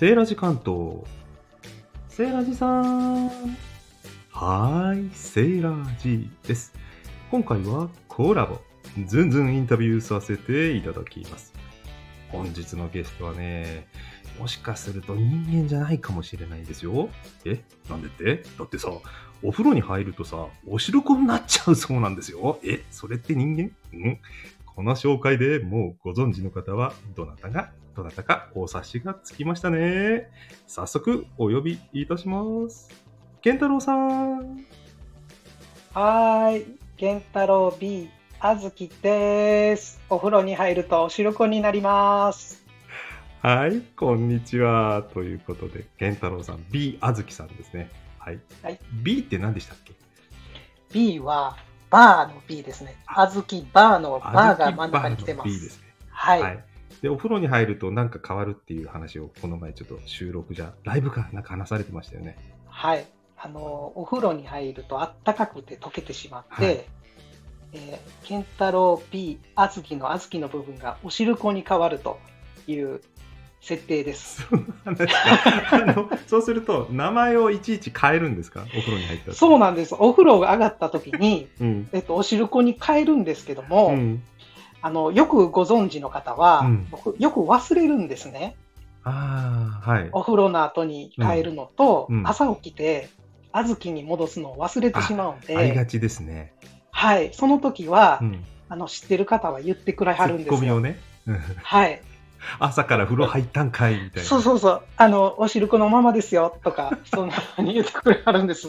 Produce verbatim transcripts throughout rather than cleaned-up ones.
セーラジ関東。セーラジさん。はーい、セーラジです。今回はコラボ、ズンズンインタビューさせていただきます。本日のゲストはね、もしかすると人間じゃないかもしれないんですよ。え、なんでって？だってさ、お風呂に入るとさ、おしるこになっちゃうそうなんですよ。え、それって人間？うん。この紹介でもうご存知の方はどなたがどなたかお察しがつきましたね。早速お呼びいたします。健太郎さん。 はーい、健太郎 B、あずきです。お風呂に入るとおしるこになります。 はい、こんにちは。ということで、健太郎さん、B あずきさんですね。はい。 はい、 B って何でしたっけ？ B はバーの B ですね。あずきバーのバーが真ん中に来てま B す。 ですね。 はい、 はい。で、お風呂に入るとなんか変わるっていう話をこの前ちょっと収録じゃ、ライブかなんか話されてましたよね。 はい。あの、お風呂に入るとあったかくて溶けてしまって、 はい、 えー、健太郎 B、あずきのあずきの部分がおしるこに変わるという設定です。 その話か。あの、そうすると、名前をいちいち変えるんですか？お風呂に入ったら。 そうなんです。お風呂が上がった時に、 うん。 えっと、おしるこに変えるんですけども、 うん。 あの、よくご存知の方は、 うん。 僕よく忘れるんですね。 ああ、はい。 お風呂の後に変えるのと、 うんうん、 朝起きて、小豆に戻すのを忘れてしまうんあ、ありがで、 ちですね。 はい、その時は、 うん。 あの、知ってる方は言ってくれはツッるんですよ。 コミをね。うん。 はい。 朝から風呂入ったんかいみたいな。 そうそうそう。あの、おしるこのままですよ、とか、そんな風に言ってくれはるんです。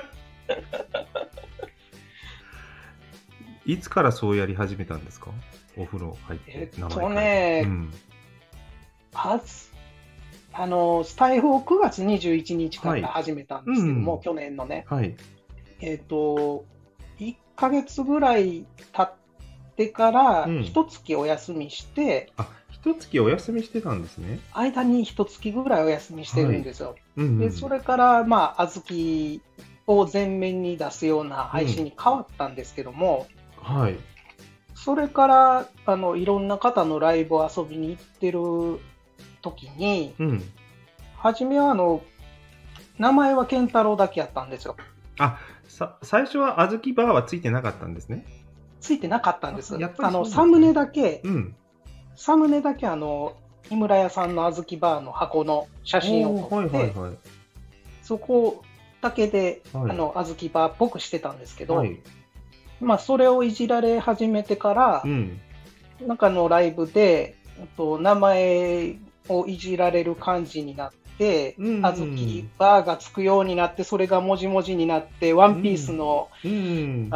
いつからそうやり始めたんですか？お風呂入ってえっと名前変えて。うね、 ん。 あず、あの、スタイフをくがつにじゅういちにちからはい。 始めたんうですけども、 ん。 去年のね。 はい。 えっと、いっかげつぐらい経ってかうん。 ら、一月お休みして、 あ、一月お休みしてたんですね。 間に一月ぐらいお休みしてはい。 るんですよ。で、そうんれから、まあ、小豆を前面に出すようなうん。う配信ん。 に変わったんですけども、 はい。 それから、あの、いろんな方のライブを遊びに行ってる時に、 うん。 初めは、あの、名前は健太郎だけやったんですよ。 あ、さ、最初は小豆バーはついてなかったんですね。 ついてなかったんであ、 す。 やっぱりあの、 そうですね。 サムネだけ、 うん。 サムネだけあの、井村屋さんの小豆バーの箱の写真をおー、はいはい撮って、 はい。 そこだけで、 はい。 あの、小豆バーっぽくしてたんですけど、 はい。 まあ、それをいじられ始めてから、 うん。 なんかのライブで、えっと名前をいじられる感じになって、 うん。う小豆ん。 バーがつくようになって、それが文字文字になって、ワンピースの、 うん。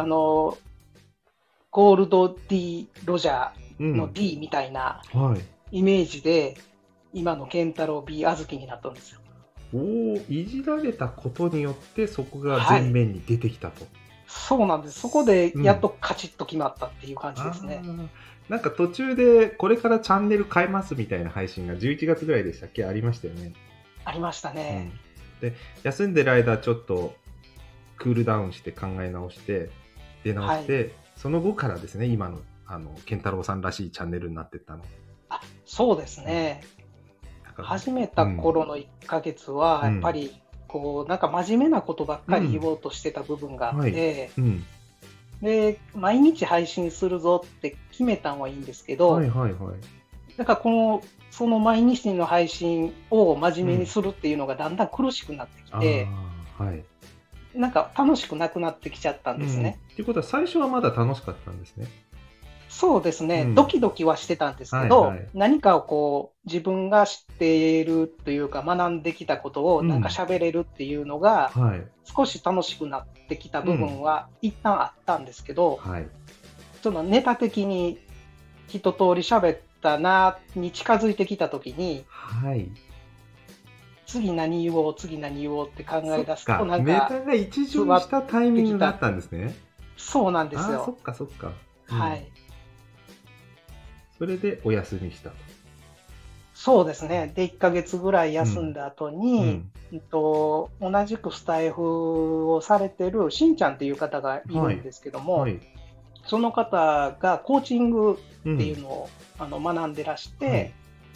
あの、ゴールド D ロジャーのうん。 D みたいなはい。 イメージで、今の健太郎 B 小豆になったんですよ。 おー、いじられたことによってそこが前はい。 面に出てきたと。 そうなんです。そこでうん。 やっとカチッと決まったっていう感じであすね。 ー、なんか途中でこれからチャンネル変えますみたいな配信がじゅういちがつぐらいでしたっけ？ありましたよね。 ありましたね。 うん。で、休んでる間ちょっとクールダウンして考え直して出直はい。 して、その後からですね、今のあの健太郎さんらしいチャンネルになってったの。 あ、そうですうん。 ね。 なんか、 始めたうん、 頃のいっかげつは、やっぱうん、 り、こう、なんか真面目なことばっかり言うん、 おうとしてた部分があっはい、 て、 うん、 で、毎日配信するぞって決めたんはいいんですけど、 はいはいはい。 だからこの、その毎日の配信を真面目にうん。 するっていうのがだんだん苦しくなってきあて、 あ、はい。 なんか楽しくなくなってきちゃったんうん。っですね。 ていうことは最初はまだ楽しかったんですね。 そうですね。ドうん。 キドキはしてたんですけど、 はいはい。 何かをこう、自分が知っているというか、学んできたことをなんかうん。 喋れるっていうのが、 はい。 少し楽しくなってきた部うん。 分は一旦あったんですけど、 はい。 そのネタ的に一通り喋ったなに近づいてきたときに、 はい。 次何言おう、次何言おうって考え出すと、 そっか。 なんか、 ネタが一詰まっ巡したタイミてきた。 ングがあったんですね。 そうなんですああ、そよ。 っかそっか。うん。 はい。 それでお休みしたと。 そうですね。で、いっかげつぐらいうん。 休んだ後に、 うん。 えっと、同じくスタイフをされてるしんちゃんっていう方がいるはい。 んですけども、 はい。 その方がコーチングっていううん。 のをあの学んでらしはい。 て、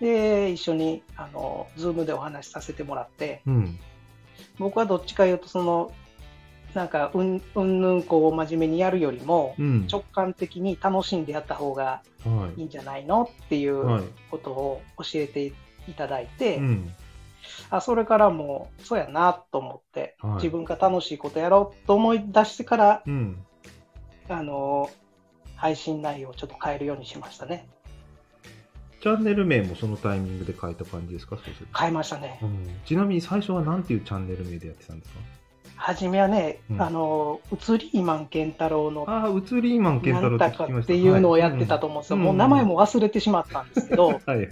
で、一緒に、あの、ズームでお話しさせてもらって、 うん。 僕はどっちかいうと、その、なんか、うん、うんぬんこう真面目にやるよりも、 うん。 直感的に楽しんでやった方がはいいんじゃないのっていい。 うはい。 ことを教えていただいて、 うん。 あ、それからもう、そうやなと思って、 はい。 自分が楽しいことやろうと思い出してから、 うん。 あの、配信内容をちょっと変えるようにしましたね。 チャンネル名もそのタイミングで変えた感じですか、そうすると。 変えましたね。 うん。ちなみに最初は何ていうチャンネル名でやってたんですか？ はじめはね、 うん。 あの、ウツリーマン健太郎のああ、ウツリーマン健なん太郎ってだかって聞きました。はい。 いうのをやってたうん。 と思うんですよ。もう名うん。 前も忘れてしまったんですけど、 はいはい。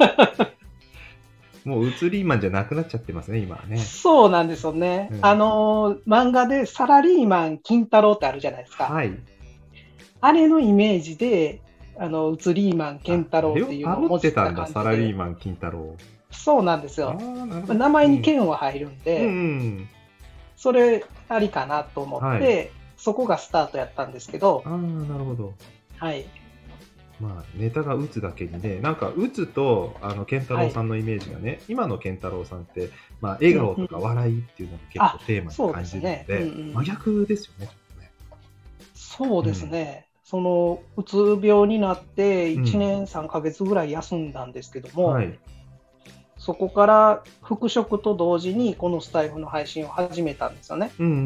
もうウツリーマンじゃなくなっちゃってますね、今はね。 そうなんですよね。あうん。 の、漫画でサラリーマン金太郎ってあるじゃないですか。 はい。 あれのイメージで、あの、ウツリーマン健あ、 太郎あれをっていうのをパロってもじったたんだ、サラリー感じで、 マン金太郎。 そうなんですああ、 よ。 なるほど。 名前うん。 に剣は入るんうんうで、 ん。 それありかなと思っはい。 て、そこがスタートやったんですけど、 ああ、なるほど。 はい。 まあ、ネタが打つだけにね、なんか打つと、あの、健太はい。 郎さんのイメージがね、今の健太郎さんって、まあ、笑うん顔とかうん。 笑いっていうのが結構あ、 テーマにそうで感じるのすね。うんうで、真ん。 逆ですよね、きっとね。 そうですうん。 ね。その、うつ病になって1 うん。 年さんかげつぐらい休んだんですけども、 はい。 そこから復職と同時にこのスタイフの配信を始めたんですよね。 うんうん。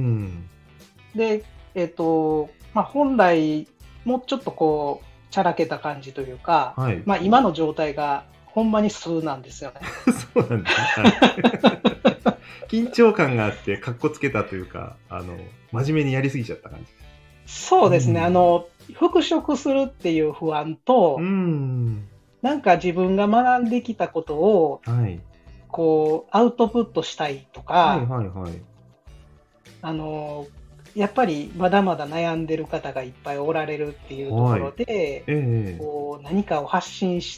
で、えっと、まあ、本来、もうちょっとこう、ちゃらけた感じというか、 はい。 まあ、今の状態がほんまに素なんですよね。 そうなんですね。はい。緊張感があって、かっこつけたというか、あの、真面目にやりすぎちゃった感じ。うそうですね。あん。 の、復職するっていう不安うと、 ん。 なんか自分が学んできたことを、 はい。 こう、アウトプットしたいとはいか、 はいはい。 あの、やっぱりまだまだ悩んでる方がいっぱいおられるっていうとこはい。 ろで、 ええ。 こう、何かを発信して、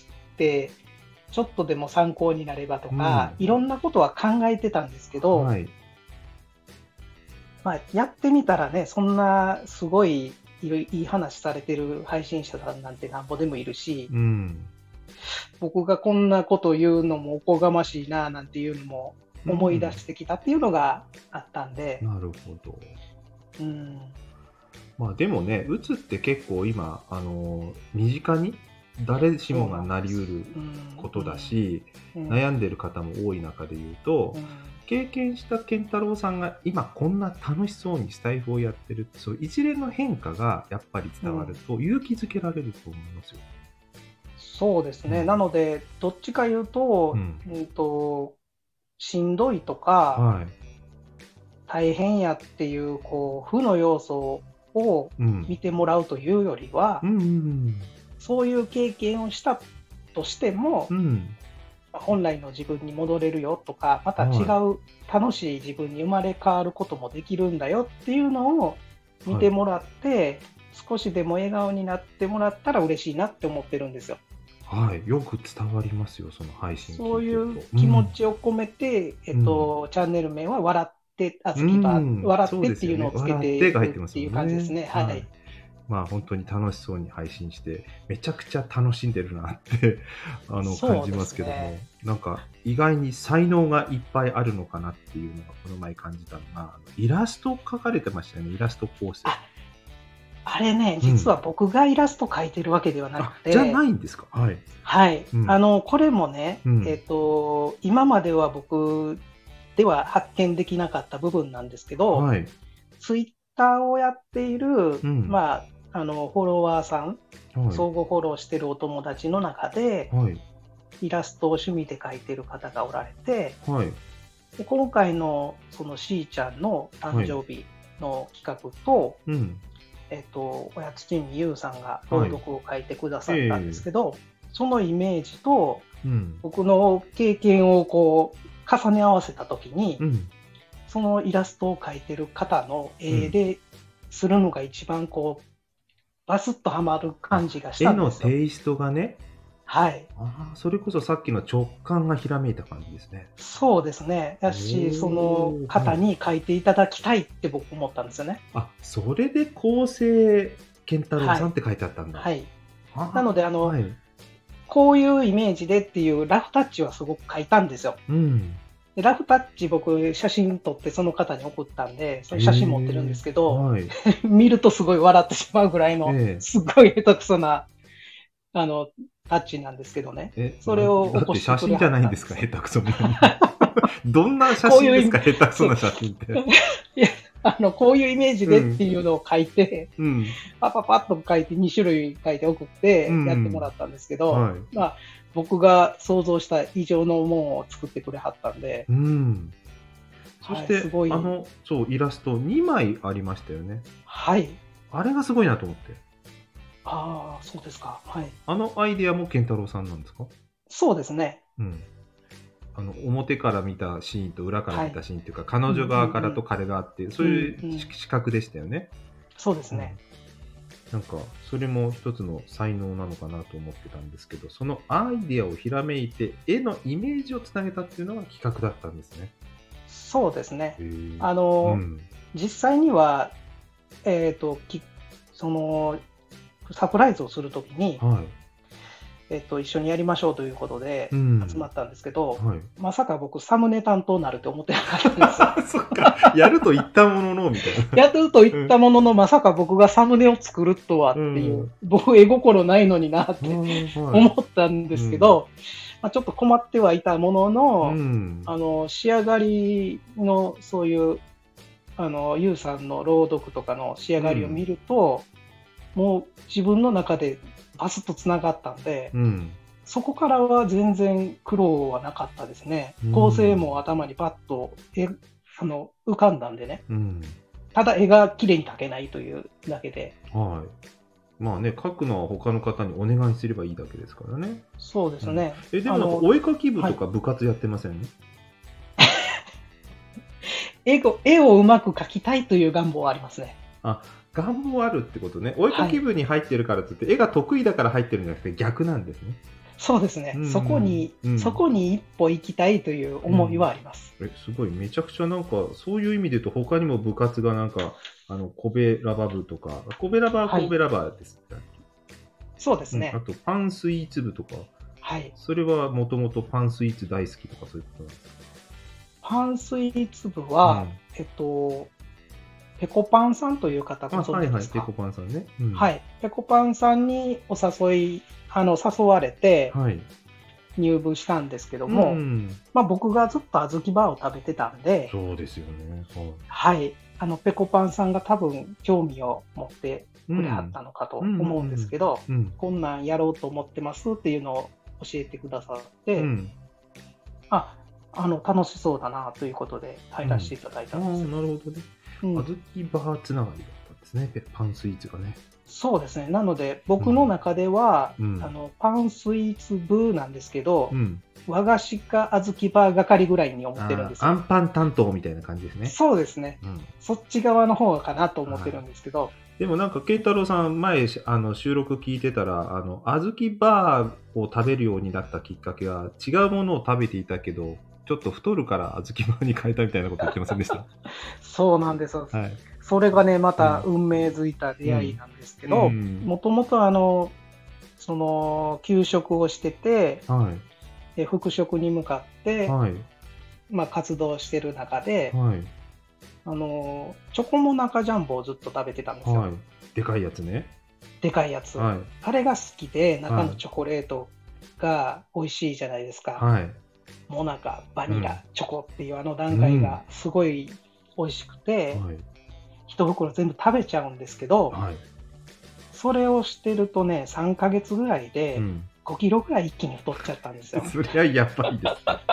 ちょっとでも参考になればとか、 うん。 いろんなことは考えてたんですけど、 はい。 まあ、やってみたらね、そんなすごいいいいい話されてる配信者さんなんてなんぼでもいるし、 うん。 僕がこんなこと言うのもおこがましいななんていうのもう思い出ん。 してきたっていうのがあったんで、 なるほど。 うん、 まあでもね、うつって結構今、あの、身近に誰しもそうがなんです。 なりうるうん、 ことだし、 うん、うん、 悩んでる方も多い中で言うと、 うん。 経験した健太郎さんが今こんな楽しそうにスタイフをやってるって、そう一連の変化がやっぱり伝わるうん、 と勇気づけられると思いますよ。 そうですね。なうん。 ので、どっちか言うと、 うん。 うんと、しんどいとか、 はい。 大変やっていう、こう、負の要素をうん。 見てもらうというよりは、 うんうんそういう経験をしたとしても、 うん。うん。 本来の自分に戻れるよとか、また違はい。 う楽しい自分に生まれ変わることもできるんだよっていうのを見はい。 てもらって、少しでも笑顔になってもらったら嬉しいなって思ってるんですよ。 はい。よく伝わりますよ、その配信聞そういいてると。 う気持うん。 ちを込めて、えうん。 っと、チャンネル名は笑ってあうずきバー、 ん。 笑っそうてっていうのですよね。 をつけて笑ってが入ってますもるっていうんね。 感じですね。ははい。 い。 まあ本当に楽しそうに配信して、めちゃくちゃ楽しんでるなってあの感じまそうですすけども、 ね。 なんか意外に才能がいっぱいあるのかなっていうのがこの前感じたのが、あのイラストを描かれてましたよね、イラスト構成。 あ、あれね、 うん。 実は僕がイラスト描いてるわけではなくあ、じゃなて、 いんですか。はい。 はい。 うん。 あの、これもね、えうん。 っと、今までは僕では発見できなかった部分なんですけど、 はい。 ツイッターをやっている、 うん。 まあ、あの、フォロワーさん、 はい。 相互フォローしてるお友達の中で、 はい。 イラストを趣味で描いてる方がおられて、 はい。 で今回のそのしーちゃんのはい。 誕生日の企画と、 うん。 えっと、おやつきみゆうさんが朗はい。 読を書いてくださったんですええ。 けど、そのイメージとうん。 僕の経験をこう重ね合わせたときに、 うん。 そのイラストを描いてる方のうん。 絵でするのが一番こうバスッとはまるあ、 感じがし絵のたんですよ。 テイストがね、 はい。 ああ、それこそさっきの直感がひらめいた感じですね。 そうですね。 おやし、そのお、はい。 方に描いていただきたいって僕思ったんですよね。 あ、それで昴生健太郎はい。 さんって書いてあったんだ。 はい。なので、 ああ、 あの、 はい。 こういうイメージでっていうラフタッチはすごく書いたんですよ。 うん。 でラフタッチ僕写真撮ってその方に送ったんで、その写真持ってるんですけど、 はい。 見るとすごい笑ってしまうぐらいの、 ええすごい下手くそな、あの、タッチなんですけどね。 え、 それをだって写真じゃないんですか、下手くそなのに。どんな写真ですか、 こういう下手くそな写真って。 いや、あの、こういうイメージでっていうのを書いて、 うん。 パパパッと書いてに種類書いて送ってうんやってもらったんですけど、 はい。 まあ、僕が想像した以上のものを作ってくれはったんで、 うん。そしはい、 て、 すごい、 あの、そう、イラストにまいありましたよね。 はい。 あれがすごいなと思って。 ああ、そうですか。はい。 あのアイデアも健太郎さんなんですか？ そうですね。 うん。あの、表から見たシーンと裏から見たシーンっていうか、彼うん女側からうんうんと彼側っていう、そういうんうんうし視覚でしたよね。 そうですね。 なんか、それも一つの才能なのかなと思ってたんですけど、そのアイデアをひらめいて、絵のイメージをつなげたっていうのが企画だったんですね。 そうですね。 へーあの、 うん。 実際には、えっと、きその、サプライズをするときに、 はえっと、一緒にやりましょうということでうん集まったんですけど、 い。はい。 まさか僕、サムネ担当になるって思ってなかったんですよ。 そっか、やると言ったものの、みたいな。 やると言ったものの、まさか僕がサムネを作るとはっていう、 うん僕、絵心ないのになってはい思ったんですけど、まあ、ちょっと困ってはいたものの、 うん。 あの、仕上がりの、そういう、あの、ユウさんの朗読とかの仕上がりを見ると、もう自分の中でバスッとつながったんで、 うん。 そこからは全然苦労はなかったですねうん。 構成も頭にパッと絵あの浮かんだんでね。 うん。 ただ絵が綺麗に描けないというだけで。 はい。まあね、書くのは他の方にお願いすればいいだけですからね。 そうですね。 え、でもなんかあのお絵描き部とか部活やってません？ 絵を絵をうまく描きたいという願望はありますね。 あ、願望あるってことね。お絵描き部に入ってるからって言って、絵が得意だから入ってるんじゃなくて逆なんですね。 そうですね。 うんそこに、 うんそこに一歩行きたいという思いはあります。 え、すごい、めちゃくちゃなんか、そういう意味で言うと、他にも部活がなんか、あの、コベラバ部とか、コベラバはコベラバですって、 そうですね。 うんあと、パンスイーツ部とか、 はい。 それはもともとパンスイーツ大好きとかそういうことなんですか？ パンスイーツ部は、 うんえっと、ペコパンさんという方ごあ、はいはい、 存知ですか？ ペコパンさんね。うんはい。ペコパンさんにお誘い、あの、誘われてはい。 入部したんですけども、 うん、 まあ僕がずっと小豆バーを食べてたんで、 そうですよね。はい。 はい。あの、ペコパンさんが多分興味を持ってくれはったのかと思うんですけど、 うん。 こんなんやろうと思ってますっていうのを教えてくださって、 うん。 あ、あの、楽しそうだなということで入らせていただいああ、 たんですよ。 なるほどね。 うん小豆バーつながりだったんですね、ペパンスイーツがね。 そうですね。なので、僕の中では、 うんあの、パンスイーツ部なんですけど、 うん。 和菓子か小豆バー係ぐらいに思ってるんですよ。 あーアンパン担当みたいな感じですね。 そうですね。 うん。 そっち側の方かなと思ってるんですけど、 でもなんか、慶太郎さん、前、あの、収録聞いてたら、あの、小豆バーを食べるようになったきっかけは、違うものを食べていたけど、ちょっと太るから小豆バーに変えたみたいなこと言ってませんでした？ そうなんですよ。 はい。 それがね、また運命づいた出会いなんですけど、 うんもともとあの、その、給食をしてて、 はえ復職に向かって、 い。はい。 まあ、活動してる中で、 はい。 あの、チョコモナカジャンボをずっと食べてたんですよ。 はい。でかいやつね。 でかいやつ。 はい。 あれが好きで、中はいのチョコレートが美味しいじゃないですか。 はい。 モナカ、バニラ、 うんチョコっていうあの段階がすごい美味しくて、 はい。 一袋全部食べちゃうんですけど、 はい。 それをしてるとね、さんかげつぐらいでうん。 ごキロぐらい一気に太っちゃったんですよ。 そりゃやばいです。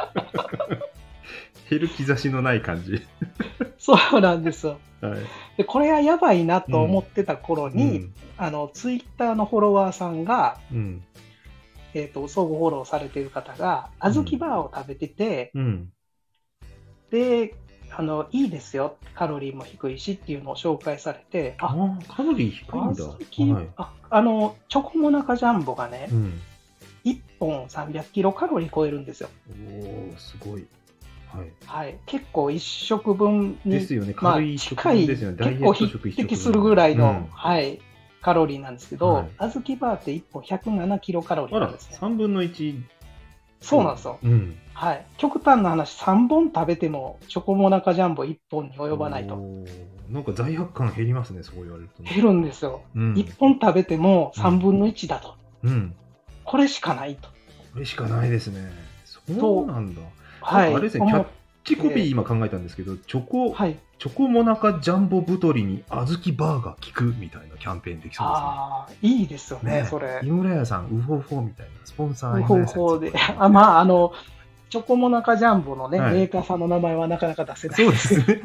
減る兆しのない感じ。 そうなんですよ。 はい。 で、これはやばいなと思ってた頃に、 うん。 あの、ツイッターのフォロワーさんが、 うん。 えっ、と、相互フォローされている方が、小豆バーを食べてて、 うん。 で、あの、いいですよ。カロリーも低いしっていうのを紹介されて、 ああ、 あ、カロリー低いんだ。 小豆はい。 ああの、チョコモナカジャンボがね、 うん。 いっぽんさんびゃくキロカロリー超えるんですよ。 おお、すごい。はい。 はい。結構一食分に、 ですよね。 まあ軽い食近い、 分ですよね。ダイエ結構ット食一食分。 匹敵するぐらいの、 うんはい、 カロリーなんですけど、 はい小豆バーっていっぽんひゃくななキロカロリあら、 ーなんですね。 さんぶんのいち。 そうなんですよ。 うん。 はい。極端な話、さんぼん食べてもチョコモナカジャンボいっぽんに及ばないと。 おーなんか罪悪感減りますね、そう言われるとね。 減るんですよ。 うんいっぽん食べてもさんぶんのいちだと。 うん。 これしかないと。 これしかないですね。そうなんだ。 はい。 なんかあれですね、キ思っャッチコピー今考えたんですけど、チョコ、 はい。 チョコモナカジャンボ太りに小豆バーが効くみたいなキャンペーンできそうですね。 ああ、いいですよね、 ねそれ井。村屋さん、ウホウホみたいな、スポンサー井方村屋さん法で。あ、まあ、あの、チョコモナカジャンボのね、 はいメーカーさんの名前はなかなか出せない。 そうですね。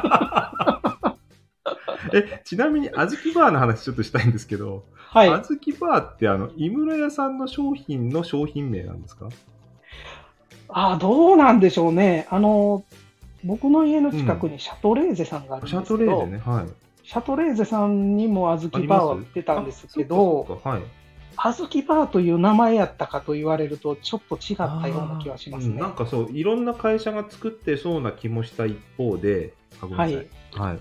え、ちなみに、小豆バーの話ちょっとしたいんですけど、 はい。 小豆バーってあの井村屋さんの商品の商品名なんですか？ あ、どうなんでしょうね。あの、僕の家の近くにシャトレーゼさんがあるんシャですけど、 トレーゼね、はい。 シャトレーゼさんにも小豆バーは売ってたんですけあど、 そっかそっかはい。 小豆バーという名前やったかと言われると、ちょっと違ったような気がしますね。 うんなんかそう、いろんな会社が作ってそうな気もした一方で、あごめんなさい。はい。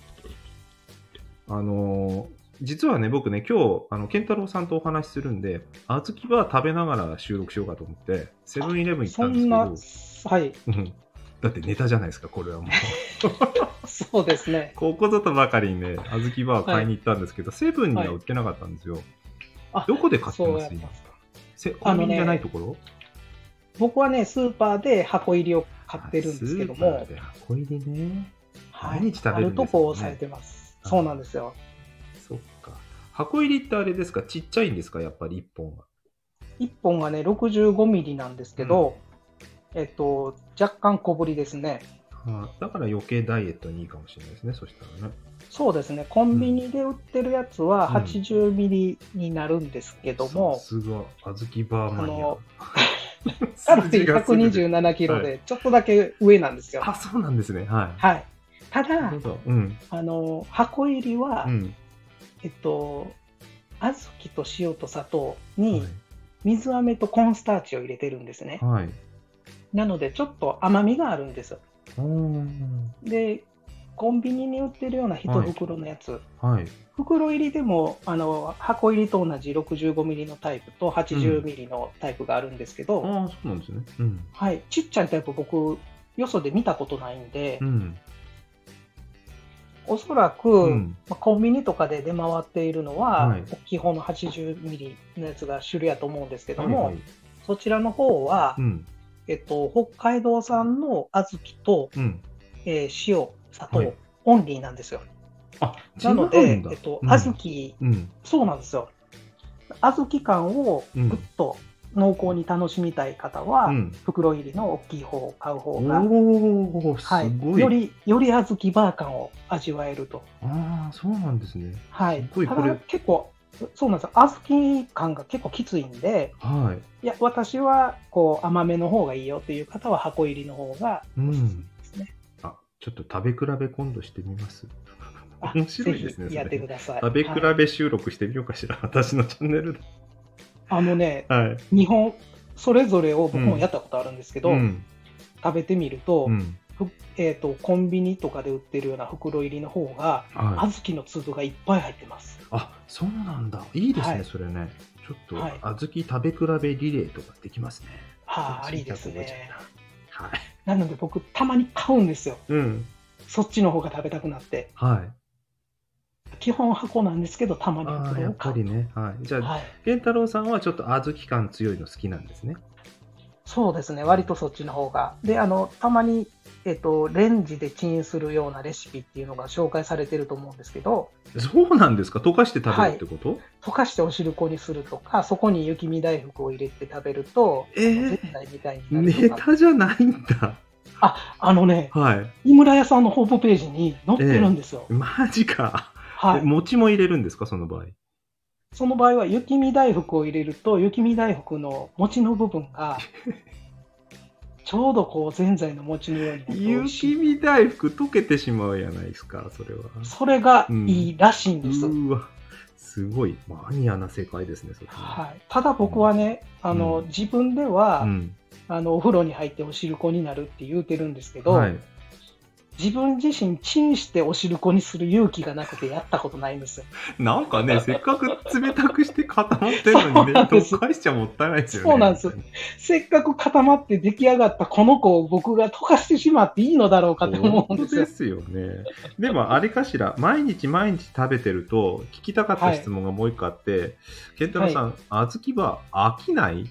あのー実はね、僕ね、今日、あの、健太郎さんとお話しするんで、小豆バー食べながら収録しようかと思って、セブンイレブン行ったそんですんな、 けはい、 ど、うんだってネタじゃないですか、これはもう。 そうですね。 ここぞとばかりにね、小豆バー買いに行ったんですけど、セブンには売ってなかったんですよ。 あ、 どこで買ってそうます今やったんですか。 せコンビニじゃないところ僕はね、スーパーで箱入りを買ってるんですけども、 スーパーで箱入りね。 はい毎日食べるんですよねあるとこをされてます。 あそうなんですよ。 そっか。箱入りってあれですか、ちっちゃいんですか、やっぱりいっぽんが。 いっぽんがね、ろくじゅうごミリなんですけど、えっと、若干小ぶりですね。 はあ、だから余計ダイエットにいいかもしれないですね、そしたらね。 そうですね。コンビニで売ってるやつはうんはちじゅうミリになるんですけども、 さすが、小豆バーマニア。 あのカロリーひゃくにじゅうななキロはいでちょっとだけ上なんですよ。 あ、そうなんですね。はい。 はい。ただなる、ほど。うん。 あの、箱入りは、 うん。 えっと、小豆と塩と砂糖はに水飴とコーンスターチを入れてるんですねい。。はい。 なので、ちょっと甘みがあるんですよ。 おーで、コンビニに売ってるような一袋のやつ、 はい。 袋入りでもあの箱入りと同じろくじゅうごミリのタイプとはちじゅうミリのタイプがあるんですけど、 ああ、そうなんですね。うん。 はい、ちっちゃいタイプ僕よそで見たことないんで、 うん。 おそらく、 うんまあコンビニとかで出回っているのは、 はい大きい方のはちじゅうミリのやつが主流やと思うんですけども、 はいはい。 そちらの方は、 うん。 えっと、北海道産の小豆と、 うん。 えー塩、砂糖、 はいオンリーなんですよ。 あ、 なの違うん、だでえっと、 うん小豆、 うん。 そうなんですよ。小豆感をうんぐっと濃厚に楽しみたい方は、 うん袋入りの大きい方を買う方が、 おお、すはい、 ごい。 より、より小豆バー感を味わえると。 ああ、そうなんですね。 はい。ただすごいこれ結構、そうなんですよ。小豆感が結構きついんで、 はいや、私はこう甘めの方がいいよっていう方は箱入りの方がい。うおすすめん。 ですね。 あ、ちょっと食べ比べ今度してみます。 あ面白いですね。 ぜひやっそれてください。 食べ比はいべ収録してみようかしら。私のチャンネルで。 あのね、 はい。 日本、それぞれを僕もやったことあるんですけど、 うん。 食べてみると、 うん。 ふえーと、コンビニとかで売ってるような袋入りの方が、 はい。 小豆の粒がいっぱい入ってます。 あ、そうなんだ。いいですね、 はいそれね。ちょっと、 はい小豆食べ比べリレーとかできますね。 はあ、ありです覚えちゃね。 うなはい。 なので僕、たまに買うんですよ。 うん。 そっちの方が食べたくなって。 はい。 基本箱なんですけど、たまにああ、 袋を買う。 やっぱりね。はい。じゃあ、 はい。 健太郎さんはちょっと小豆感強いの好きなんですね。 そうですね、割とそっちの方が。で、あの、たまに、えっと、レンジでチンするようなレシピっていうのが紹介されてると思うんですけど、 そうなんですか？溶かして食べるってこと？ 溶かしてお汁粉にするとか、そこに雪見大福を入れて食べると、 えー絶対みたいになるネとか。 タじゃないんだ。 あ、あのね、 はい。 井村屋さんのホームページに載ってるんですよ。 マジか。 はい。 え餅も入れるんですか、その場合。 その場合は雪見大福を入れると、雪見大福の餅の部分が、ちょうどこう、ぜんざいの餅のようになって美味しい。 雪見大福溶けてしまうやないですか、それは。 それがいいらしいんです。 うーわ、すごいマニアな世界ですね、それは。 はい。ただ僕はね、あの、 うん自分では、 うん。 あの、お風呂に入ってお汁粉になるって言うてるんですけど、 はい。 自分自身チンしてお汁粉にする勇気がなくてやったことないんですよ。 なんかね、せっかく冷たくして固まってるのにね、 そうなんです溶かしちゃもったいないですよね。 そうなんですせっかく固まって出来上がったこの子を僕が溶かしてしまっていいのだろうかと思うんですよ。 本当ですよね。でもあれかしら、毎日毎日食べてると、聞きたかった質問がもう一個あって、健太郎さん、小豆は飽きない？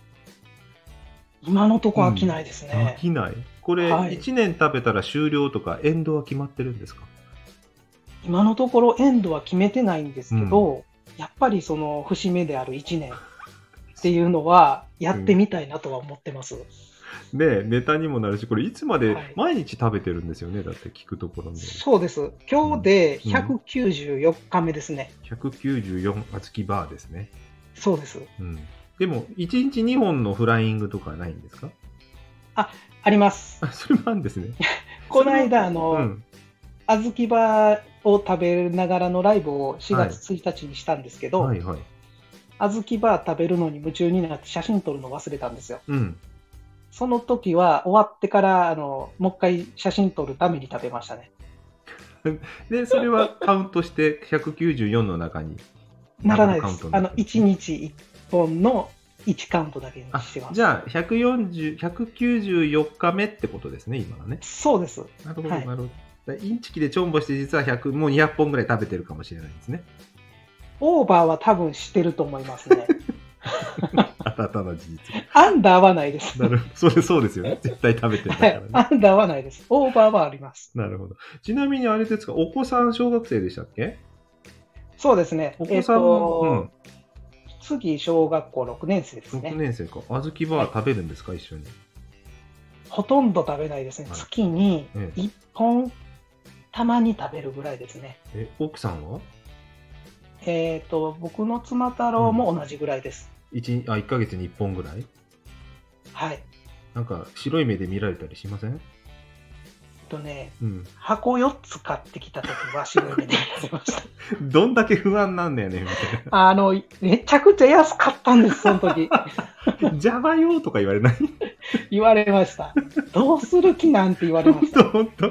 今のとこ飽きないです飽ね。 きない。これ、 はいいちねん食べたら終了とか、エンドは決まってるんですか？ 今のところエンドは決めてないんですけど、やっぱりその節目であるいちねんっていうのはやってみたいなとは思ってます。 で、ネタにもなるし、これいつまではい毎日食べてるんですよね、だって聞くところで。 そうです。今日でひゃくきゅうじゅうよっかめですね。 ひゃくきゅうじゅうよん小豆バーですね。 そうです。 うん。でも、いちにちにほんのフライングとかないんですか？ あります。 あ、それもあるんですね。 この間、あうの、 ん。 あずきバーを食べながらのライブをしがつついたちにしたんですけど、 はいはい。 あずきバー食べるのに夢中になって写真撮るの忘れたんですよ。 うん。 その時は終わってからあのもう一回写真撮るために食べましたね。 で、それはカウントしてひゃくきゅうじゅうよんの中に。 ならないでダブルカウント。にすあのなってるいちにちいっぽんのいちカウントだけにあしてます。 じゃあひゃくよんじゅう、ひゃくきゅうじゅうよっかめってことですね、今はね。 そうです。 なるほど、 はいなるほど。インチキでちょんぼして実はひゃく、もうにひゃっぽんぐらい食べてるかもしれないですね。 オーバーは多分してると思いますね。 新たな事実。 アンダーはないです。 なるほど。それそうですよね。絶対食べてるんだはいからね。。 アンダーはないです。オーバーはあります。 なるほど。ちなみにあれですか、お子さん小学生でしたっけ？ そうですね。 お子さんも、 えっと次、小学校ろくねん生ですうん、ろくね。 ねん生か。小豆バー食べるんですか、一緒に。 ほとんど食べないですね。 はい月にええいっぽんたまに食べるぐらいですね。 え、奥さんはえっと、僕の妻太郎も同じぐらいです。 一あいっかげつにいっぽんぐらい？ はい。 なんか白い目で見られたりしません？ えっとね、 うん。 箱よっつ買ってきた時は白い目で見られました。 どんだけ不安なんだよね、みたいな。 あの、めちゃくちゃ安かったんです、その時。 邪魔よとか言われない？ 言われました。どうする気なんて言われまほんした。 とほんと。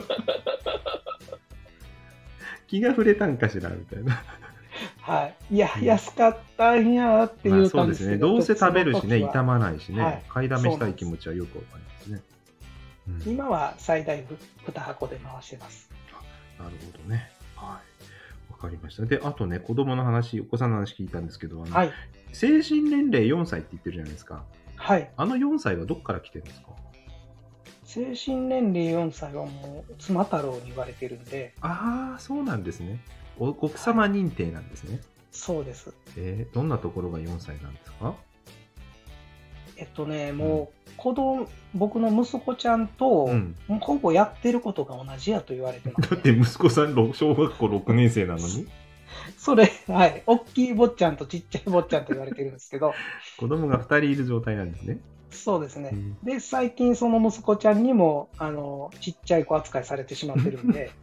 気が触れたんかしらみたいな。 はい。いやう、ん安かったんやってまあいうそうですね。 感じですけど、 どうせ食べるしね、 ちょっとその時は傷まないしね、 はい買いだめしたい気持ちはよくわかりますね。うん、 今は最大に箱で回してます。 なるほどね。はい。わかりました。で、あとね、子供の話、お子さんの話聞いたんですけど、あのはい。 精神年齢よんさいって言ってるじゃないですか。 はい。 あのよんさいはどっから来てるんですか？ 精神年齢よんさいはもう妻太郎に言われてるんで、 ああ、そうなんですね。お奥様認定なんですね。 そうです。 えー、どんなところがよんさいなんですか？ えっとね、もう子供、僕の息子ちゃんと、 うんもうほぼやってることが同じやと言われてます、ね。 だって息子さんろ小学校ろくねん生なのにそれ、はい。大きい坊ちゃんとちっちゃい坊ちゃんと言われてるんですけど、 子供がふたりいる状態なんですね。 そうですね。 うんで、最近その息子ちゃんにも、あの、ちっちゃい子扱いされてしまってるんで、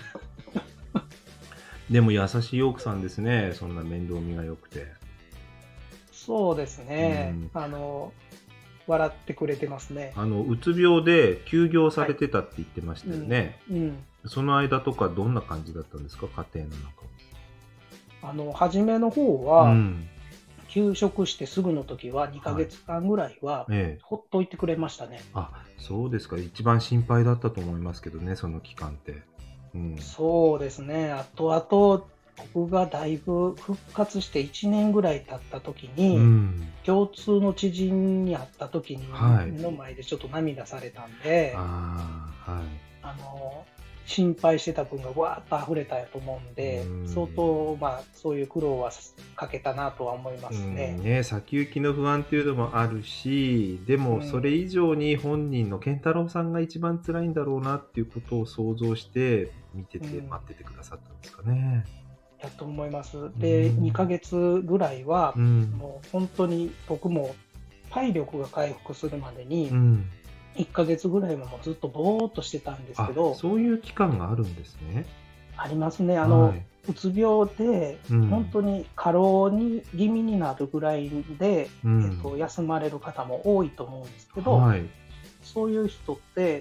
でも優しい奥さんですね。そんな面倒見が良くて。 そうですね。 うんあの、笑ってくれてますね。 あの、うつ病で休業されてたって言ってましたよね。 うん。 その間とかどんな感じだったんですか、家庭のあの、初めの方中。 は、 うん。 休職してすぐの時はにかげつかんぐらいは、 ええ。 ほっといてくれましたね。 あ、そうですか。一番心配だったと思いますけどね、その期間って。うん。 そうですね。あとあと、僕がだいぶ復活していちねんぐらい経った時に、 うん。 共通の知人に会った時に、 はい目の前でちょっと涙されたんで、あああ、はい。 の、心配してた分がわーっと溢れたやと思うんで、 うん相当、まあ、そういう苦労はかけたなとは思いますうんね。 ね、先行きの不安っていうのもあるし、でもうんそれ以上に本人の健太郎さんが一番辛いんだろうなっていうことを想像して見ててうん待っててくださったんですかね。 やと思います。で、 うんにかげつぐらいはう、ん。 もう本当に僕も体力が回復するまでにう、ん。 いっかげつぐらいはもうずっとぼーっとしてたんですあけど、 そういう期間があるんですね。 ありますね。あの、 はいうつ病で、 うん本当に過労に気味になるぐらいで、 うんえっと、休まれる方も多いと思うんですけど、 はい。 そういう人って、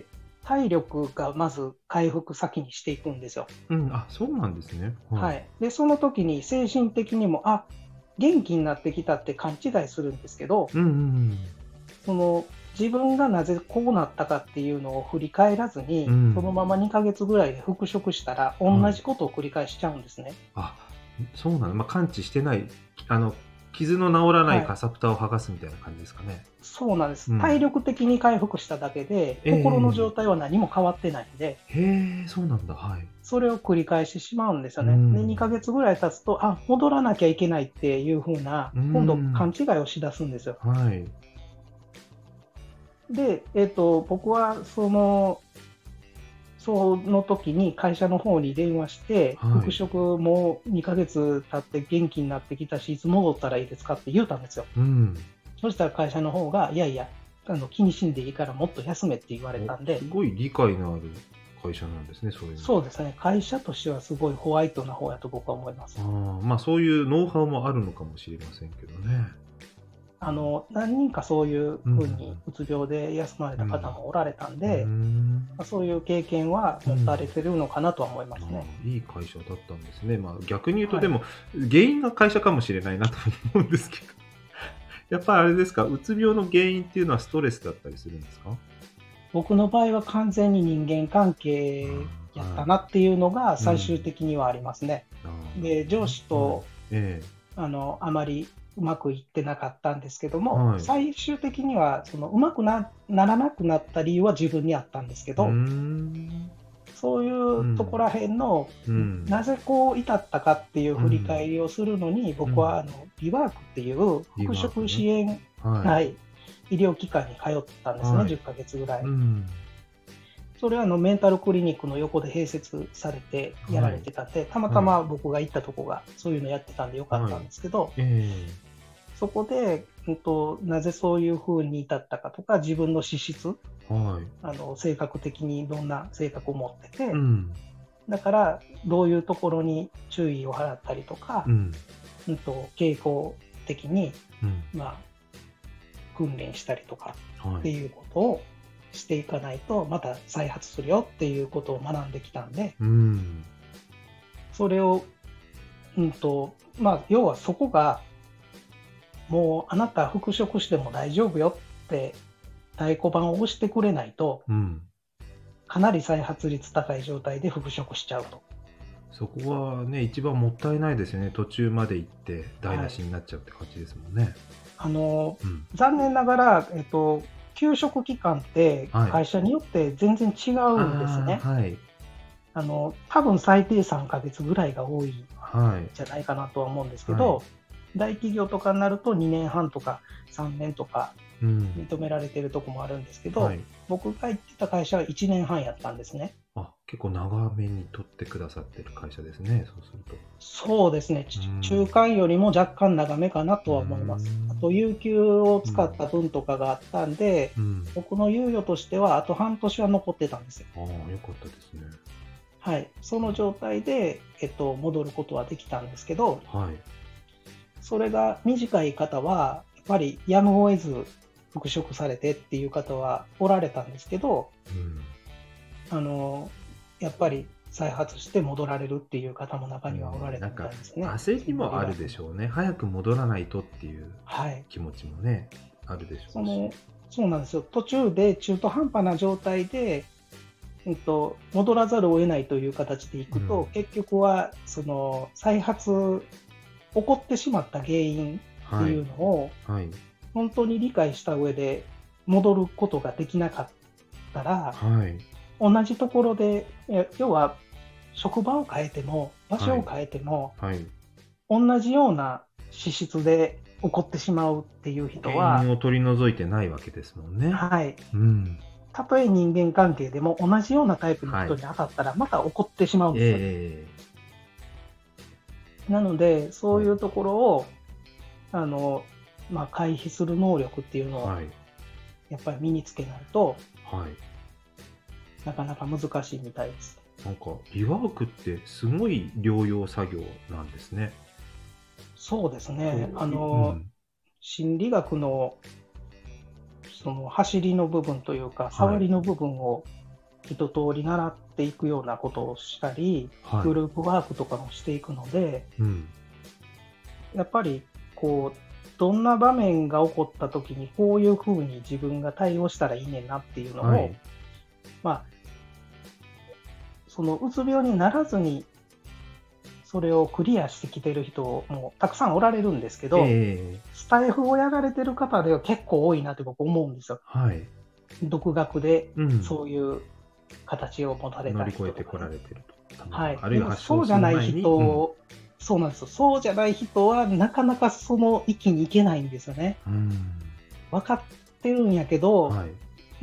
体力がまず回復先にしていくんですよ。 うん、あ、そうなんですね。 ははい。 い。で、その時に精神的にも、あ、元気になってきたって勘違いするんですけど、 うんうんうん。 その自分がなぜこうなったかっていうのを振り返らずに、 うんそのままにかげつぐらいで復職したら、同じことを繰り返しちゃうんですね。 あ、そうなの。まあ、完治してない、あの、傷の治らなはいい。 かさぶたを剥がすみたいな感じですかね。 そうなんです。 うん。 体力的に回復しただけで、 ええ心の状態は何も変わってないんで、 へえ、そうなんだ。はい。 それを繰り返してしまうんですようね。で、 ん。 にかげつぐらい経つと、あ、戻らなきゃいけないっていう風な、 う今度勘ん。 違いをしだすんですよ。 はい。 で、えっと、僕はその、その時に会社の方に電話して、 はい。 復職もうにかげつ経って元気になってきたし、いつ戻ったらいいですかって言うたんですよ。 うん。 そしたら会社の方が、いやいや、あの気にしんでいいからもっと休めって言われたんお、 で、 すごい理解のある会社なんですね、そういうの。 そうですね、会社としてはすごいホワイトな方やと僕は思います。 ああ、まあそういうノウハウもあるのかもしれませんけどね。 あの、何人かそういううん。 ふうにうつ病で休まれた方もおられたんうで、 ん。 まあそういう経験は持たれてるのかなとは思いますあね。 あ、いい会社だったんですね。まあ逆に言うと、 はい。 でも、原因が会社かもしれないなと思うんですけど。やっぱりあれですか、うつ病の原因っていうのはストレスだったりするんですか？ 僕の場合は完全に人間関係やああ、はい。 ったなっていうのがう最終ん。 的にはありますね。 ああ、なるで、上ほどね。はい。 司とえあのあまりうまくいってなかったんですけどえ。 も、 はい。 最終的にはそのうまくな、ならなくなった理由は自分にあったんですけうーど、 ん。 そういううとこらん。 辺のうん。 なぜこう至ったかっていうう振り返ん。 りをするのに、 うん。 僕はあのリワークっていうリ復ワークね。 職支援、 はい。 はい、医療機関に通ったんですね、 はい。 じゅっかげつぐらい。 うん。 それはあのメンタルクリニックの横で併設されてやらはい。 れてたんで、たまたはい。 ま僕が行ったとこがそういうのやってたんでよかっはい。 たんですけど、 ええ。 そこで、うんと、なぜそういう風に至ったかとか、自分の資質、 はい。 あの性格的にどんな性格を持ってて、 うん。 だからどういうところに注意を払ったりとか、 うん。 うんと、傾向的に、 うん。 まあ、訓練したりとかはい。 っていうことをしていかないと、また再発するよっていうことを学んできたんで、 うん。 それを、うんと、まあ、要はそこが、もうあなた復職しても大丈夫よって太鼓判を押してくれないと、 うん。 かなり再発率高い状態で復職しちゃうと。 そこはね、一番もったいないですよね。途中まで行って台無はい。 しになっちゃうって感じですもんね。 あの、 うん。 残念ながら、えっと、休職期間ってはい。 会社によって全然違うんですあね。 あ、はい。 あの、多分最低さんかげつぐらいが多いんはい。 じゃないかなとは思うんですけはい。 ど、大企業とかになるとにねんはんとかさんねんとかうん。 認められてるとこもあるんですけど、 はい。 僕が行ってた会社はいちねんはんやったんですね。 あ、結構長めに取ってくださってる会社ですね、そうすると。 そうですね。 うち中ん。 間よりも若干長めかなうとは思います。あん。 と、有給をう使ったん。 分とかがあったんで、 うん。 僕の猶予としてはあと半年は残ってたんですよ。 ああ、よかったですね。 はい。その状態で、えっと、戻ることはできたんですけど、 はい。 それが短い方は、やっぱりやむを得ず復職されてっていう方はおられたんですけど、 うん。 あの、やっぱり再発して戻られるっていう方も中うにはおられん、なたみたんかいですね。 焦りそのリもあるワークも。 でしょうね。早く戻らないとっていうはい。 気持ちもね、あるでしょし。 そうの、そうなんですよ。途中で中途半端な状態で、うんと、戻らざるを得ないという形でいくと、 うん。 結局は、その、再発、起こってしまった原因ってはい。 いうのを、 はい。 本当に理解した上で戻ることができなかったら、 はい。 同じところで、え要は、職場を変えても、場所はい。 を変えても、 はい。 同じような資質で起こってしまうっていう人原は、 因を取り除いてないわけですもんね。 はい。 うん。 たとえ人間関係でも同じようなタイプのはい。 人に当たったらまた起こってしまうんですよね。 えなので、 え、はい。 そういうところを、あの、まあ、回避する能力っていうのをはい。 やっぱり身につけないとはい。 なかなか難しいみたいです。 なんか、リワークってすごい療養作業なんですね。 そうですね。あこう、いうの、 ん。 心理学のその走りの部分というか、 はい。 触りの部分を一通り習っていくようなことをしたり、 はい。 グループワークとかもしていくので、 うん。 やっぱりこう、どんな場面が起こった時にこういうふうに自分が対応したらいいねんなっていうのを、 はい。 まあ、そのうつ病にならずにそれをクリアしてきてる人もたくさんおられるんですけど、 ええスタイフをやられてる方では結構多いなって僕思うんですよ。 はい。 独学でうん。 そういう形を持たれた乗り越えて人とかね。 こられてると。たまはい。 あるいはでも発症すそうじゃないる前に、うん。 人、そうなんですよ。そうじゃない人はなかなかその域に行けないんですよね。 うん。 分かってるんやけど、 はい。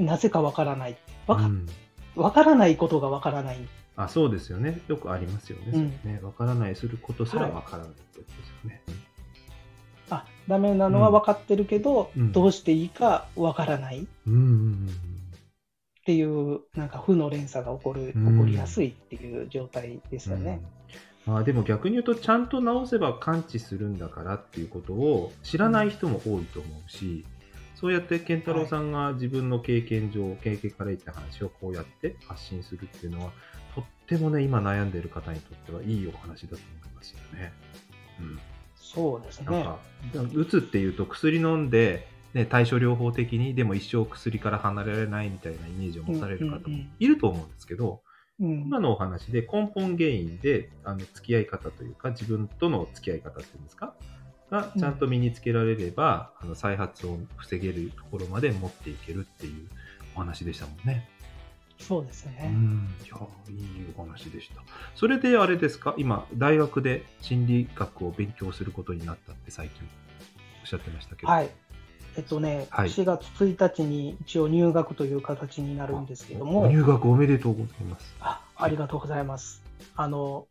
なぜか分からない。 うわか、 ん。 分からないことが分からない。 あ、そうですよね。よくありますよね。 うん。 それね。わからないすることすらはい。 わからないってことですよね。 あ、ダメなうのは分ん。 かってるけど、 うん。 どうしていいか分からないっうん。うんていう、なんか負の連鎖が起こる、 う起こりやん。 すいっていう状態ですよね。 うん。まあでも逆に言うと、ちゃんと治せば完治するんだからっていうことを知らないうん。 人も多いと思うし、そうやって健太郎はい。 さんが自分の経験上、経験から言った話をこうやって発信するっていうのは、とってもね、今悩んでいる方にとってはいいお話だと思いますよね。うん。 そうですね。 なんか、うつっていうと薬飲んで、ね、対処療法的にでも一生薬から離れられないみたいなイメージを持たれうんうる方もんいると思うんですけど、 うん。うん。 今のお話で根本原因であの付き合い方というか自分との付き合い方っていうんですかがちゃんうん。 と身につけられればあの再発を防げるところまで持っていけるっていうお話でしたもんね。 そうですうね。 ん、いやいいお話でした。それであれですか、今大学で心理学を勉強することになったって最近おっしゃってましたけど。 はい。えっとね、 はい。 しがつついたちに一応入学という形になるんあですけどごご入も、 学おめでとうございます。 あ、あはい。 りがとうございます。あの、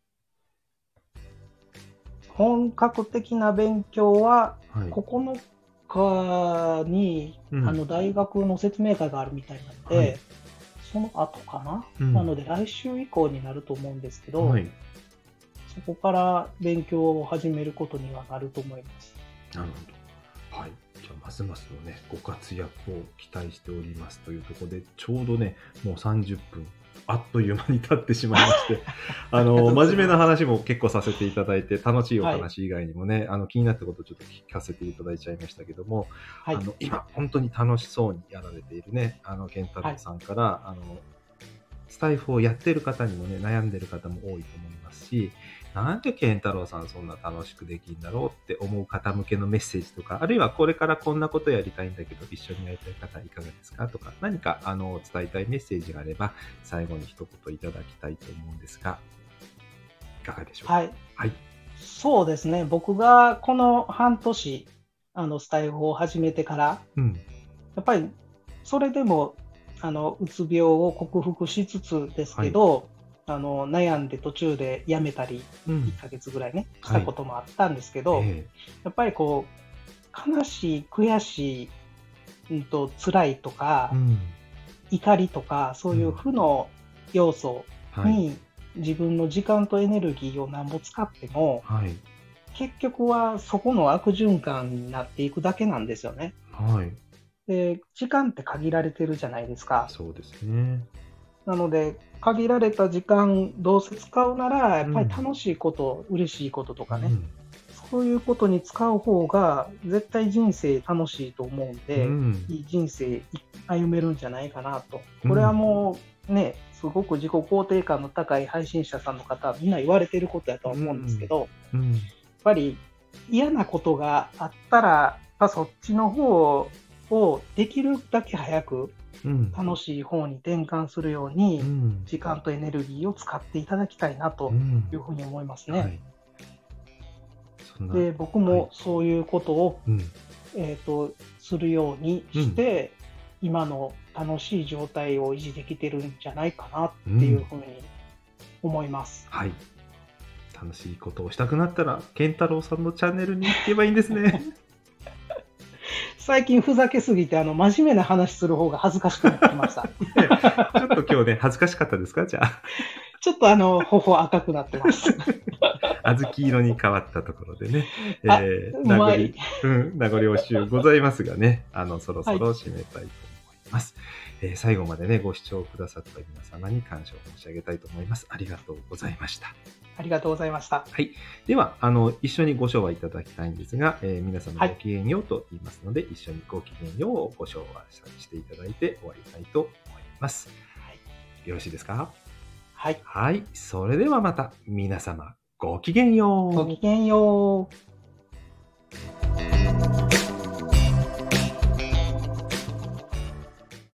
本格的な勉強ははい。 ここのかに、 うん。 あの、大学の説明会があるみたいなのはい。 で、その後かな、 うなのん。 で来週以降になると思うんですけど、 はい。 そこから勉強を始めることにはなると思います。 なるほど。はい。じゃあ、ますますのね、ご活躍を期待しておりますというところで、ちょうどね、もうさんじゅっぷん、あっという間に経ってしまいまして、あの、真面目な話も結構させていただいて、楽しいおはい。 話以外にもね、あの、気になったことをちょっと聞かせていただいちゃいましたけども、 はい。 あの、今、本当に楽しそうにやられているね、あの、健太郎はい。 さんから、あの、スタイフをやってる方にもね、悩んでる方も多いと思いますし、なんで健太郎さんそんな楽しくできるんだろうって思う方向けのメッセージとか、あるいはこれからこんなことやりたいんだけど、一緒にやりたい方いかがですかとか、何かあの伝えたいメッセージがあれば、最後に一言いただきたいと思うんですが、いかがでしょうか。 はい。 はい。 そうですね。僕がこの半年、あの、スタイフを始めてから、 うん。 やっぱり、それでも、あの、うつ病を克服しつつですはい。 けど、あの、悩んで途中でやめたり、 うん。 いっかげつぐらいね、しはい。 たこともあったんですけど、 えやっぱりこう、悲しい、悔しい、うんと、辛いとえか、 うん。 怒りとか、そうういうん負の要素はい。 に自分の時間とエネルギーをなんぼ使っても、 はい。 結局はそこの悪循環になっていくだけなんですよね。 はい。 で、時間って限られてるじゃないですか。 そうですね。 なので、限られた時間、どうせ使うなら、やっぱりうん。 楽しいこと、嬉しいこととかね、 うん。 そういうことに使う方が、絶対人生楽しいと思うんうで、 ん。 いい人生歩めるんじゃないかなと。 うこれはん。 もうね、すごく自己肯定感の高い配信者さんの方、みんな言われてることやとはう思うんですけん。 ど、 うん。 やっぱり嫌なことがあったら、やっぱそっちの方をできるだけ早くうん。 楽しい方に転換するよううに、 ん。 時間とエネルギーを使っていただきたいなうとん。 いうふうに思いますね。 はい。そんな、 で、僕はい。 もそういうことを、 うん。 えっと、するようにうん。 して、今の楽しい状態を維持できてるんじゃないかなう。 っていうんふうに思います。 はい。楽しいことをしたくなったら、健太郎さんのチャンネルに行けばいいんですね。 最近ふざけすぎて、あの、真面目な話する方が恥ずかしくなってきました。 ねちょっと今日ね、恥ずかしかったですかじゃあ。 ちょっとあの、頬赤くなってます。 小豆色に変わったところでね、 あ、 えー、 う名残、 まい。 うん、名残惜しゅうございますがね、あの、そろそはい。 ろ締めたいと思います。 えー最後までね、ご視聴くださった皆様に感謝を申し上げたいと思います。ありがとうございました。 ありがとうございました。 はい。では、あの、一緒にご唱和いただきたいんですが、えー皆様はいごきげんようと言いますので、一緒にごきげんようをご唱和していただいて終わりたいと思います。よろしいですか？ はい。 はい。それではまた皆様ごきげんよう。 ごきげんよう。